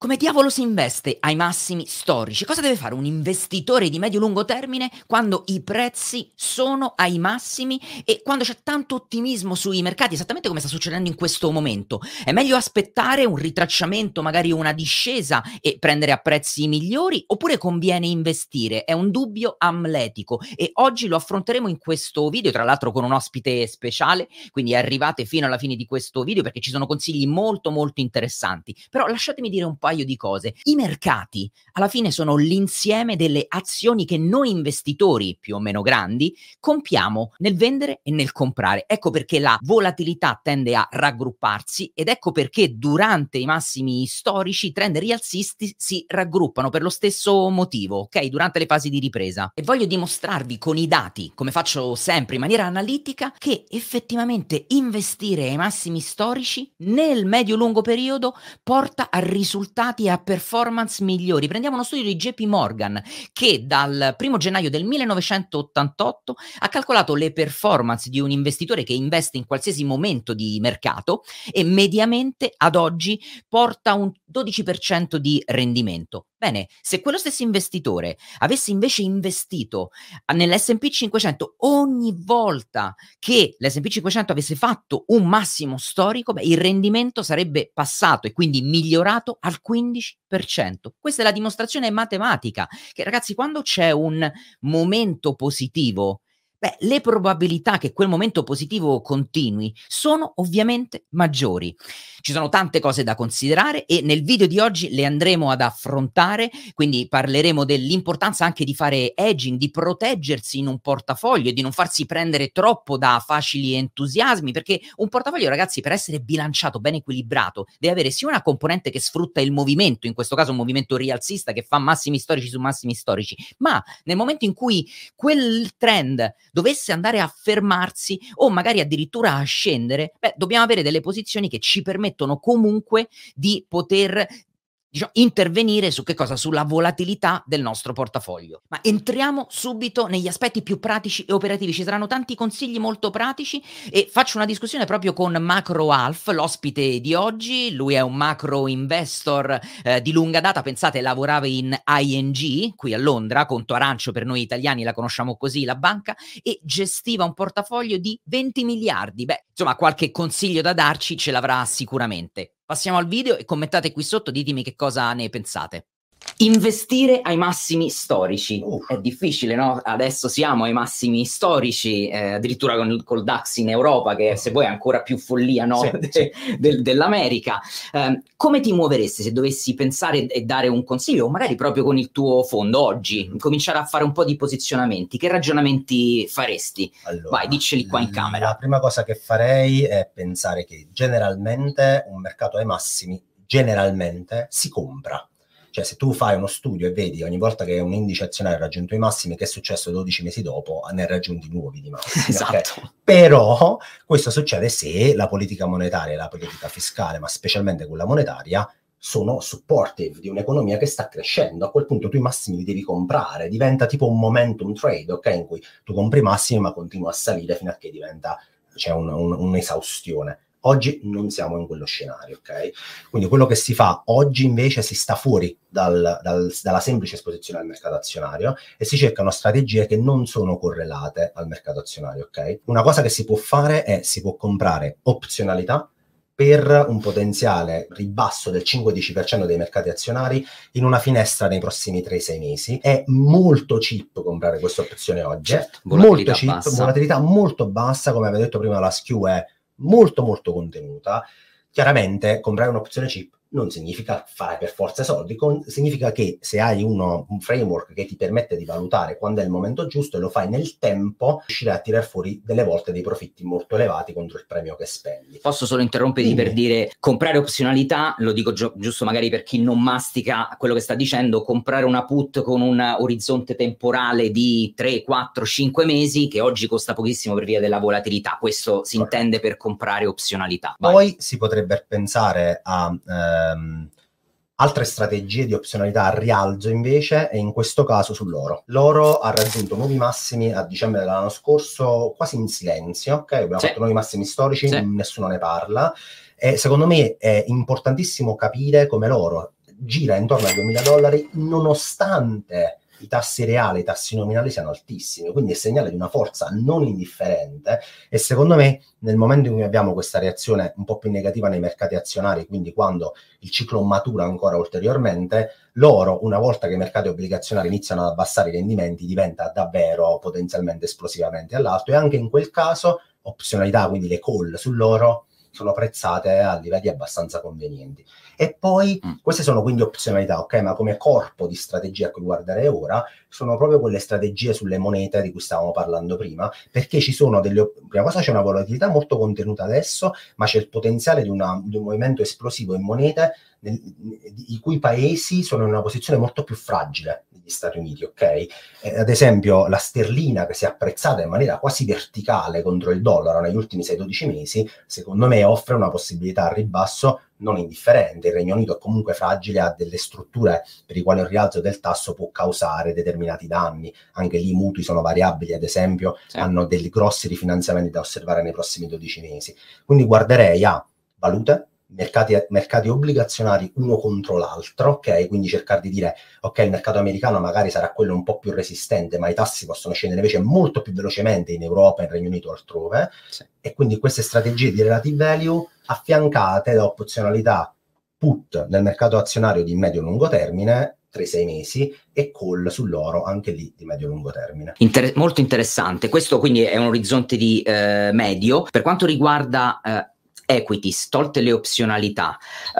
Come diavolo si investe ai massimi storici? Cosa deve fare un investitore di medio-lungo termine quando i prezzi sono ai massimi e quando c'è tanto ottimismo sui mercati, esattamente come sta succedendo in questo momento? È meglio aspettare un ritracciamento, magari una discesa e prendere a prezzi migliori, oppure conviene investire? È un dubbio amletico e oggi lo affronteremo in questo video, tra l'altro con un ospite speciale, quindi arrivate fino alla fine di questo video perché ci sono consigli molto interessanti. Però lasciatemi dire un paio di cose. I mercati alla fine sono l'insieme delle azioni che noi investitori più o meno grandi compiamo nel vendere e nel comprare. Ecco perché la volatilità tende a raggrupparsi ed ecco perché durante i massimi storici i trend rialzisti si raggruppano per lo stesso motivo, ok? Durante le fasi di ripresa. E voglio dimostrarvi con i dati, come faccio sempre in maniera analitica, che effettivamente investire ai massimi storici nel medio-lungo periodo porta a risultati e a performance migliori. Prendiamo uno studio di JP Morgan che dal 1 gennaio del 1988 ha calcolato le performance di un investitore che investe in qualsiasi momento di mercato e mediamente ad oggi porta un 12% di rendimento. Bene, se quello stesso investitore avesse invece investito nell'S&P 500 ogni volta che l'S&P 500 avesse fatto un massimo storico, il rendimento sarebbe passato e quindi migliorato al 15%. Questa è la dimostrazione matematica che, ragazzi, quando c'è un momento positivo, le probabilità che quel momento positivo continui sono ovviamente maggiori. Ci sono tante cose da considerare e nel video di oggi le andremo ad affrontare, quindi parleremo dell'importanza anche di fare hedging, di proteggersi in un portafoglio e di non farsi prendere troppo da facili entusiasmi, perché un portafoglio, ragazzi, per essere bilanciato, ben equilibrato, deve avere sia una componente che sfrutta il movimento, in questo caso un movimento rialzista che fa massimi storici su massimi storici, ma nel momento in cui quel trend dovesse andare a fermarsi o magari addirittura a scendere, dobbiamo avere delle posizioni che ci permettono comunque di poter, diciamo, intervenire su che cosa? Sulla volatilità del nostro portafoglio. Ma entriamo subito negli aspetti più pratici e operativi. Ci saranno tanti consigli molto pratici e faccio una discussione proprio con Macro Alf, l'ospite di oggi. Lui è un macro investor di lunga data. Pensate, lavorava in ING qui a Londra, conto arancio per noi italiani, la conosciamo così la banca, e gestiva un portafoglio di 20 miliardi. Insomma, qualche consiglio da darci ce l'avrà sicuramente. Passiamo al video e commentate qui sotto, ditemi che cosa ne pensate. Investire ai massimi storici è difficile, no? Adesso siamo ai massimi storici, addirittura col DAX in Europa, che se vuoi è ancora più follia, no? Dell'America. Come ti muoveresti se dovessi pensare e dare un consiglio, o magari proprio con il tuo fondo oggi, cominciare a fare un po' di posizionamenti? Che ragionamenti faresti? Allora, vai, dicceli qua in camera. La prima cosa che farei è pensare che generalmente un mercato ai massimi generalmente si compra. Cioè, se tu fai uno studio e vedi ogni volta che un indice azionario ha raggiunto i massimi, che è successo 12 mesi dopo, ne ha raggiunti nuovi di massimi. Esatto. Okay? Però questo succede se la politica monetaria e la politica fiscale, ma specialmente quella monetaria, sono supportive di un'economia che sta crescendo. A quel punto tu i massimi li devi comprare, diventa tipo un momentum trade, ok? In cui tu compri i massimi ma continua a salire fino a che diventa, c'è un'esaustione. Oggi non siamo in quello scenario, ok? Quindi quello che si fa oggi invece si sta fuori dalla semplice esposizione al mercato azionario e si cercano strategie che non sono correlate al mercato azionario, ok? Una cosa che si può fare è si può comprare opzionalità per un potenziale ribasso del 5-10% dei mercati azionari in una finestra nei prossimi 3-6 mesi. È molto cheap comprare questa opzione oggi, certo, molto cheap, volatilità molto bassa, come aveva detto prima la skew è molto contenuta. Chiaramente comprare un'opzione cheap non significa fare per forza soldi, significa che se hai un framework che ti permette di valutare quando è il momento giusto e lo fai nel tempo, riuscirai a tirar fuori delle volte dei profitti molto elevati contro il premio che spendi. Posso solo interromperti per dire comprare opzionalità, lo dico giusto magari per chi non mastica quello che sta dicendo, comprare una put con un orizzonte temporale di 3, 4, 5 mesi che oggi costa pochissimo per via della volatilità, questo si intende per comprare opzionalità. Poi si potrebbe pensare a altre strategie di opzionalità a rialzo invece, e in questo caso sull'oro. L'oro ha raggiunto nuovi massimi a dicembre dell'anno scorso quasi in silenzio, ok? Abbiamo fatto nuovi massimi storici, nessuno ne parla, e secondo me è importantissimo capire come l'oro gira intorno ai $2.000 nonostante i tassi reali, i tassi nominali siano altissimi, quindi è segnale di una forza non indifferente. E secondo me nel momento in cui abbiamo questa reazione un po' più negativa nei mercati azionari, quindi quando il ciclo matura ancora ulteriormente, l'oro, una volta che i mercati obbligazionari iniziano ad abbassare i rendimenti, diventa davvero potenzialmente esplosivamente all'alto, e anche in quel caso opzionalità, quindi le call sull'oro, sono prezzate a livelli abbastanza convenienti. E poi queste sono quindi opzionalità, ok? Ma come corpo di strategia a cui guardare ora sono proprio quelle strategie sulle monete di cui stavamo parlando prima, perché ci sono prima cosa c'è una volatilità molto contenuta adesso, ma c'è il potenziale di un movimento esplosivo in monete i cui paesi sono in una posizione molto più fragile degli Stati Uniti, ok? Ad esempio la sterlina, che si è apprezzata in maniera quasi verticale contro il dollaro negli ultimi 6-12 mesi, secondo me offre una possibilità al ribasso non indifferente. Il Regno Unito è comunque fragile, ha delle strutture per i quali un rialzo del tasso può causare determinati danni. Anche lì i mutui sono variabili, ad esempio, hanno dei grossi rifinanziamenti da osservare nei prossimi 12 mesi. Quindi guarderei a valute, mercati obbligazionari uno contro l'altro, ok? Quindi cercare di dire, ok, il mercato americano magari sarà quello un po' più resistente, ma i tassi possono scendere invece molto più velocemente in Europa, in Regno Unito o altrove, e quindi queste strategie di relative value affiancate da opzionalità put nel mercato azionario di medio-lungo termine, 3-6 mesi, e call sull'oro anche lì di medio-lungo termine. Molto interessante. Questo quindi è un orizzonte di medio. Per quanto riguarda equities, tolte le opzionalità,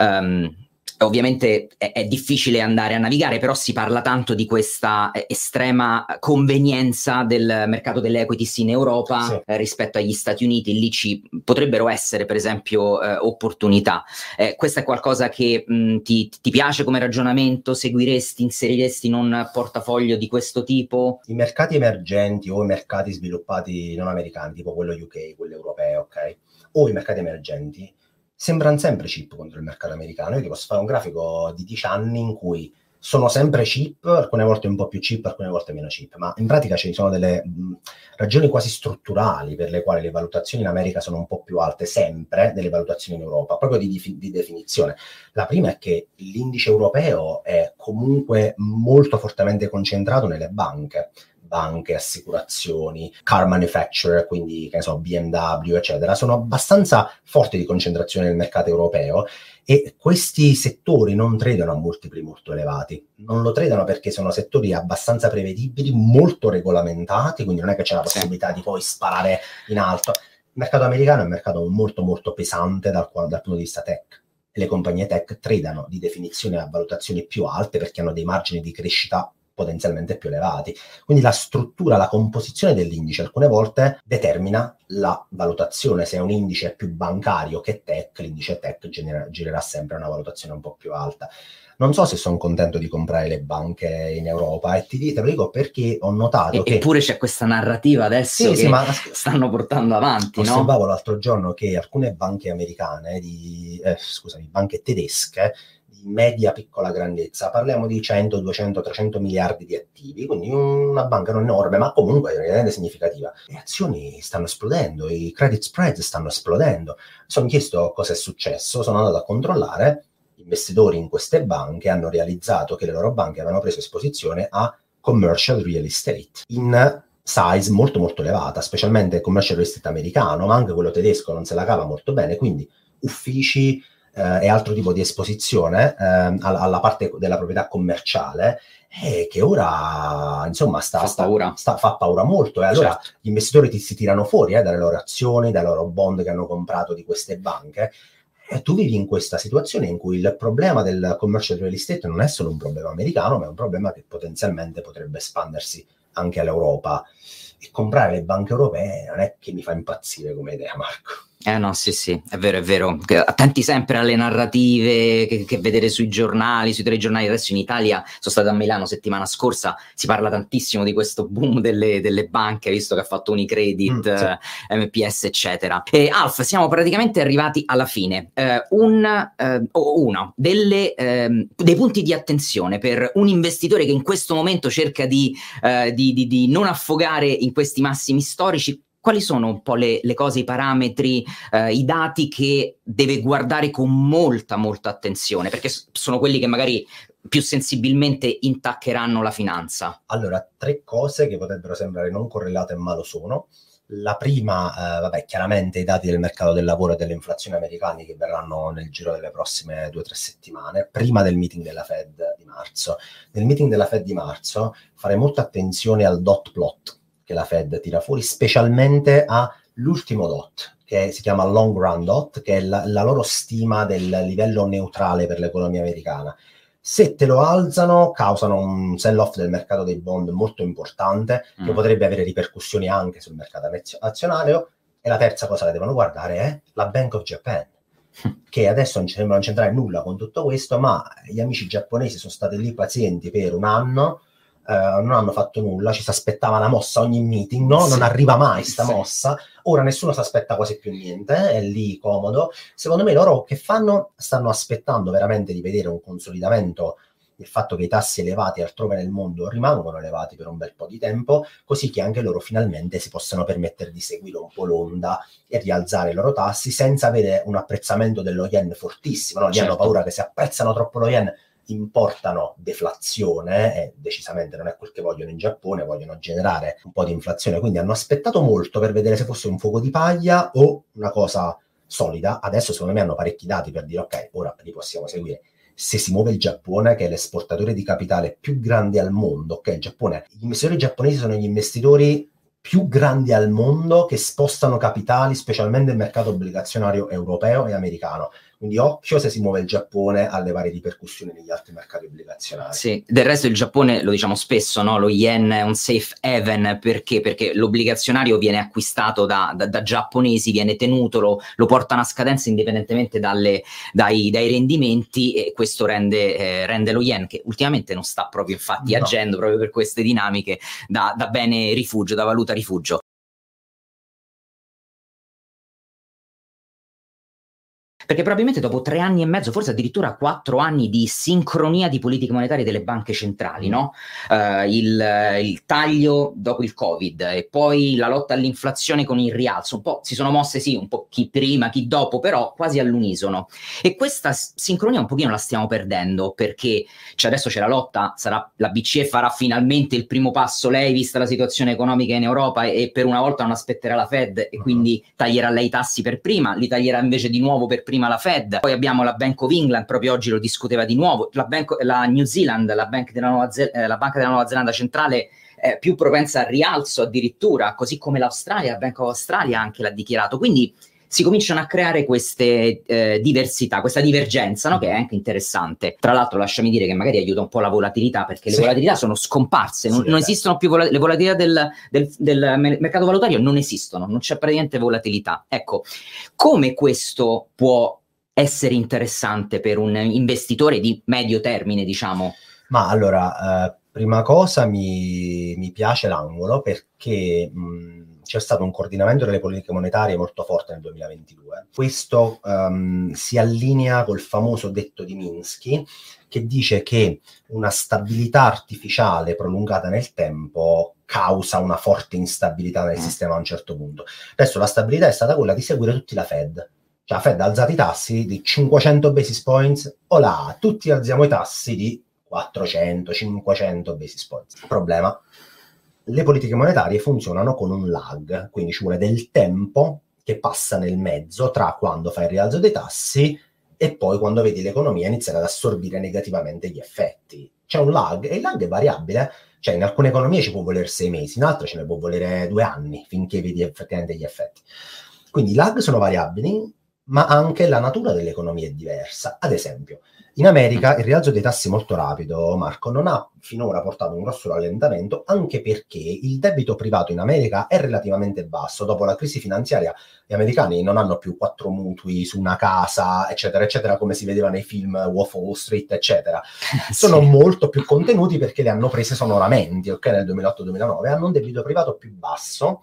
ovviamente è difficile andare a navigare, però si parla tanto di questa estrema convenienza del mercato delle equities in Europa rispetto agli Stati Uniti. Lì ci potrebbero essere per esempio opportunità. Questo è qualcosa che ti piace come ragionamento? Seguiresti, inseriresti in un portafoglio di questo tipo? I mercati emergenti o i mercati sviluppati non americani, tipo quello UK, quello europeo, ok? O i mercati emergenti sembrano sempre cheap contro il mercato americano. Io ti posso fare un grafico di 10 anni in cui sono sempre cheap, alcune volte un po' più cheap, alcune volte meno cheap, ma in pratica ci sono delle ragioni quasi strutturali per le quali le valutazioni in America sono un po' più alte sempre delle valutazioni in Europa, proprio di definizione. La prima è che l'indice europeo è comunque molto fortemente concentrato nelle banche, assicurazioni, car manufacturer, quindi che ne so, BMW, eccetera, sono abbastanza forti di concentrazione nel mercato europeo, e questi settori non tradano a multipli molto elevati. Non lo tradano perché sono settori abbastanza prevedibili, molto regolamentati, quindi non è che c'è la possibilità di poi sparare in alto. Il mercato americano è un mercato molto molto pesante dal punto di vista tech. E le compagnie tech tradano di definizione a valutazioni più alte perché hanno dei margini di crescita potenzialmente più elevati. Quindi la struttura, la composizione dell'indice alcune volte determina la valutazione. Se un indice è più bancario che tech, l'indice tech girerà sempre una valutazione un po' più alta. Non so se sono contento di comprare le banche in Europa, e te lo dico perché ho notato che... Eppure c'è questa narrativa adesso che ma stanno portando avanti, no? Osservavo l'altro giorno che alcune banche americane, banche tedesche, media piccola grandezza, parliamo di 100, 200, 300 miliardi di attivi, quindi una banca non enorme, ma comunque relativamente significativa. Le azioni stanno esplodendo, i credit spread stanno esplodendo. Mi sono chiesto cosa è successo, sono andato a controllare. Gli investitori in queste banche hanno realizzato che le loro banche avevano preso esposizione a commercial real estate in size molto molto elevata, specialmente il commercial real estate americano, ma anche quello tedesco non se la cava molto bene, quindi uffici e altro tipo di esposizione alla parte della proprietà commerciale, che ora insomma fa paura molto, e allora gli investitori si tirano fuori dalle loro azioni, dai loro bond che hanno comprato di queste banche, e tu vivi in questa situazione in cui il problema del commercial real estate non è solo un problema americano, ma è un problema che potenzialmente potrebbe espandersi anche all'Europa, e comprare le banche europee non è che mi fa impazzire come idea, Marco. No, sì, è vero. Attenti sempre alle narrative che vedere sui giornali, sui telegiornali. Adesso in Italia, sono stato a Milano settimana scorsa, si parla tantissimo di questo boom delle banche, visto che ha fatto Unicredit, MPS, eccetera. E Alf, siamo praticamente arrivati alla fine. Dei punti di attenzione per un investitore che in questo momento cerca di non affogare in questi massimi storici. quali sono un po' le cose, i parametri, i dati che deve guardare con molta attenzione, perché sono quelli che magari più sensibilmente intaccheranno la finanza? Allora, 3 cose che potrebbero sembrare non correlate, ma lo sono. La prima, chiaramente i dati del mercato del lavoro e dell'inflazione americani che verranno nel giro delle prossime 2 o 3 settimane, prima del meeting della Fed di marzo. Nel meeting della Fed di marzo farei molta attenzione al dot plot che la Fed tira fuori, specialmente all'ultimo dot, che si chiama long run dot, che è la loro stima del livello neutrale per l'economia americana. Se te lo alzano, causano un sell-off del mercato dei bond molto importante, che potrebbe avere ripercussioni anche sul mercato azionario. E la terza cosa che devono guardare è la Bank of Japan, che adesso non sembra non c'entrare nulla con tutto questo, ma gli amici giapponesi sono stati lì pazienti per un anno, non hanno fatto nulla, ci si aspettava la mossa ogni meeting, no? Non arriva mai sta mossa, ora nessuno si aspetta quasi più niente, è lì comodo. Secondo me loro che fanno? Stanno aspettando veramente di vedere un consolidamento, il fatto che i tassi elevati altrove nel mondo rimangono elevati per un bel po' di tempo, così che anche loro finalmente si possano permettere di seguire un po' l'onda e rialzare i loro tassi senza avere un apprezzamento dello yen fortissimo, no? Gli hanno paura che se apprezzano troppo lo yen importano deflazione, e decisamente non è quel che vogliono in Giappone, vogliono generare un po' di inflazione, quindi hanno aspettato molto per vedere se fosse un fuoco di paglia o una cosa solida. Adesso secondo me hanno parecchi dati per dire ok, ora li possiamo seguire. Se si muove il Giappone, che è l'esportatore di capitale più grande al mondo, ok, il Giappone, gli investitori giapponesi sono gli investitori più grandi al mondo che spostano capitali, specialmente nel mercato obbligazionario europeo e americano. Quindi occhio se si muove il Giappone alle varie ripercussioni negli altri mercati obbligazionari. Sì, del resto il Giappone, lo diciamo spesso, no? Lo yen è un safe haven, perché l'obbligazionario viene acquistato da giapponesi, viene tenuto, lo portano a scadenza indipendentemente dai rendimenti, e questo rende lo yen, che ultimamente non sta proprio infatti agendo proprio per queste dinamiche, da bene rifugio, da valuta rifugio. Perché probabilmente dopo 3 anni e mezzo, forse addirittura 4 anni di sincronia di politiche monetarie delle banche centrali, no? Il taglio dopo il Covid e poi la lotta all'inflazione con il rialzo, un po' si sono mosse, sì, un po' chi prima, chi dopo, però quasi all'unisono. E questa sincronia un pochino la stiamo perdendo, perché adesso c'è la lotta, la BCE farà finalmente il primo passo lei, vista la situazione economica in Europa, e per una volta non aspetterà la Fed e quindi taglierà lei i tassi per prima, li taglierà invece di nuovo per prima la Fed. Poi abbiamo la Bank of England, proprio oggi lo discuteva di nuovo, la New Zealand, la Banca della Nuova Zelanda centrale, più propensa al rialzo addirittura, così come l'Australia, la Bank of Australia anche l'ha dichiarato. Quindi si cominciano a creare queste diversità, questa divergenza, no? Che è anche interessante. Tra l'altro lasciami dire che magari aiuta un po' la volatilità, perché le volatilità sono scomparse, non esistono più le volatilità del mercato valutario, non esistono, non c'è praticamente volatilità. Ecco, come questo può essere interessante per un investitore di medio termine, diciamo? Ma allora, prima cosa mi piace l'angolo, perché c'è stato un coordinamento delle politiche monetarie molto forte nel 2022. Questo si allinea col famoso detto di Minsky, che dice che una stabilità artificiale prolungata nel tempo causa una forte instabilità nel sistema a un certo punto. Adesso la stabilità è stata quella di seguire tutti la Fed. Cioè la Fed ha alzato i tassi di 500 basis points, o là, tutti alziamo i tassi di 400, 500 basis points. Problema: le politiche monetarie funzionano con un lag, quindi ci vuole del tempo che passa nel mezzo tra quando fai il rialzo dei tassi e poi quando vedi l'economia iniziare ad assorbire negativamente gli effetti. C'è un lag, e il lag è variabile, cioè in alcune economie ci può volere 6 mesi, in altre ce ne può volere 2 anni finché vedi effettivamente gli effetti. Quindi i lag sono variabili, ma anche la natura dell'economia è diversa. Ad esempio, in America il rialzo dei tassi molto rapido, Marco, non ha finora portato un grosso rallentamento, anche perché il debito privato in America è relativamente basso. Dopo la crisi finanziaria gli americani non hanno più 4 mutui su una casa, eccetera, eccetera, come si vedeva nei film Wolf of Wall Street, eccetera. Sono molto più contenuti perché le hanno prese sonoramente, ok, nel 2008-2009. Hanno un debito privato più basso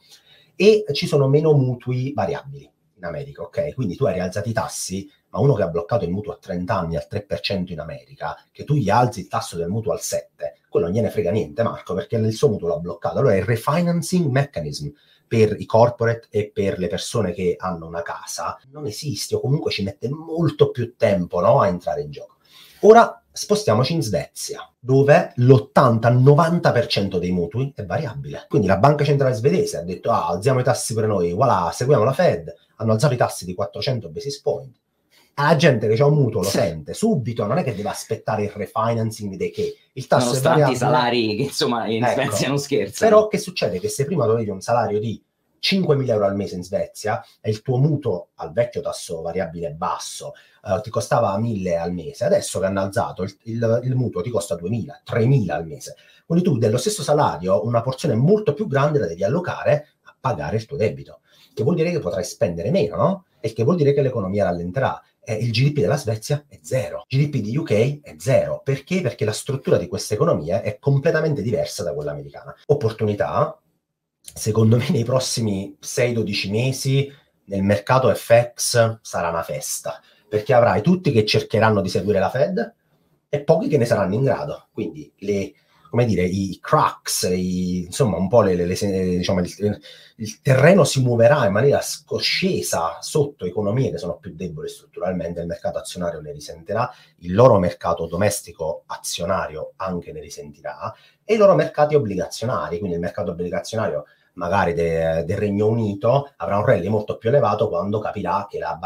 e ci sono meno mutui variabili in America, ok? Quindi tu hai rialzato i tassi, ma uno che ha bloccato il mutuo a 30 anni al 3% in America, che tu gli alzi il tasso del mutuo al 7%, quello non gliene frega niente, Marco, perché il suo mutuo l'ha bloccato. Allora è il refinancing mechanism, per i corporate e per le persone che hanno una casa non esiste, o comunque ci mette molto più tempo, no, a entrare in gioco. Ora spostiamoci in Svezia, dove l'80-90% dei mutui è variabile. Quindi la banca centrale svedese ha detto: alziamo i tassi per noi, voilà, seguiamo la Fed, hanno alzato i tassi di 400 basis point. La gente che ha un mutuo lo sente subito, non è che deve aspettare il refinancing di che il tasso nonostante è variabile. I salari che insomma in Svezia non scherzano. Però che succede? Che se prima avevi un salario di 5.000 euro al mese in Svezia e il tuo mutuo al vecchio tasso variabile basso ti costava 1.000 al mese, adesso che hanno alzato il mutuo ti costa 2.000, 3.000 al mese. Quindi tu dello stesso salario una porzione molto più grande la devi allocare a pagare il tuo debito, che vuol dire che potrai spendere meno, no? E che vuol dire che l'economia rallenterà. Il GDP della Svezia è zero, il GDP di UK è zero. Perché? Perché la struttura di questa economia è completamente diversa da quella americana. Opportunità, secondo me nei prossimi 6-12 mesi nel mercato FX sarà una festa, perché avrai tutti che cercheranno di seguire la Fed e pochi che ne saranno in grado. Quindi i cracks, insomma un po' diciamo, il terreno si muoverà in maniera scoscesa sotto economie che sono più deboli strutturalmente, il mercato azionario ne risentirà, il loro mercato domestico azionario anche ne risentirà, e i loro mercati obbligazionari, quindi il mercato obbligazionario magari del Regno Unito avrà un rally molto più elevato quando capirà che la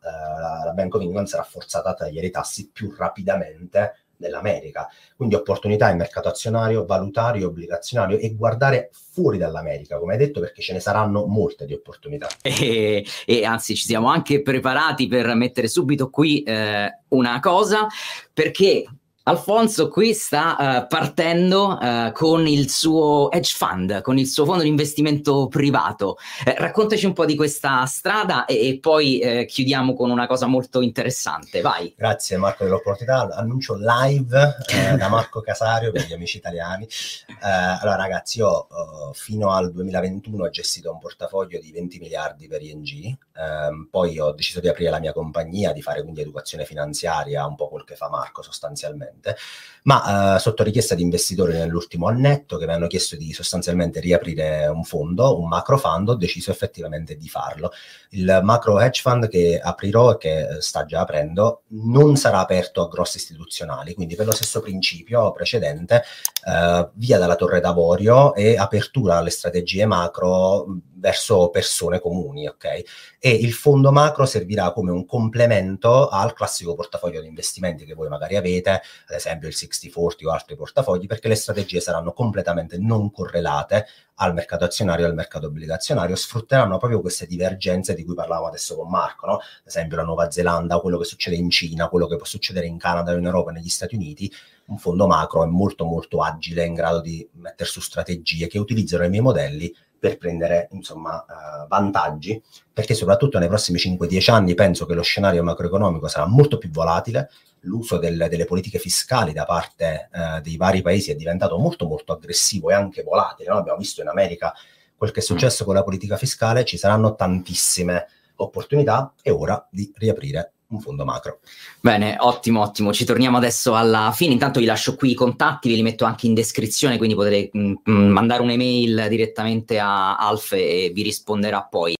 Bank of England sarà forzata a tagliare i tassi più rapidamente dell'America. Quindi opportunità in mercato azionario, valutario, obbligazionario, e guardare fuori dall'America, come hai detto, perché ce ne saranno molte di opportunità. E anzi ci siamo anche preparati per mettere subito qui una cosa, perché Alfonso qui sta partendo con il suo hedge fund, con il suo fondo di investimento privato. Raccontaci un po' di questa strada e poi chiudiamo con una cosa molto interessante. Vai. Grazie Marco dell'opportunità. Annuncio live da Marco Casario per gli amici italiani. Allora ragazzi, io fino al 2021 ho gestito un portafoglio di 20 miliardi per ING, poi ho deciso di aprire la mia compagnia, di fare quindi educazione finanziaria, un po' quel che fa Marco sostanzialmente. Ma sotto richiesta di investitori nell'ultimo annetto che mi hanno chiesto di sostanzialmente riaprire un fondo, un macro fund, ho deciso effettivamente di farlo. Il macro hedge fund che aprirò e che sta già aprendo non sarà aperto a grossi istituzionali, quindi per lo stesso principio precedente, via dalla Torre d'Avorio e apertura alle strategie macro verso persone comuni, ok? E il fondo macro servirà come un complemento al classico portafoglio di investimenti che voi magari avete, ad esempio il 60-40 o altri portafogli, perché le strategie saranno completamente non correlate al mercato azionario e al mercato obbligazionario, sfrutteranno proprio queste divergenze di cui parlavo adesso con Marco, no? Ad esempio la Nuova Zelanda, quello che succede in Cina, quello che può succedere in Canada, in Europa e negli Stati Uniti. Un fondo macro è molto molto agile, in grado di mettere su strategie che utilizzano i miei modelli per prendere insomma vantaggi, perché soprattutto nei prossimi 5-10 anni penso che lo scenario macroeconomico sarà molto più volatile, l'uso delle politiche fiscali da parte dei vari paesi è diventato molto molto aggressivo e anche volatile, no? Abbiamo visto in America quel che è successo con la politica fiscale, ci saranno tantissime opportunità, è ora di riaprire un fondo macro. Bene, ottimo, ci torniamo adesso alla fine. Intanto vi lascio qui i contatti, ve li metto anche in descrizione, quindi potete mandare un'email direttamente a Alf e vi risponderà poi.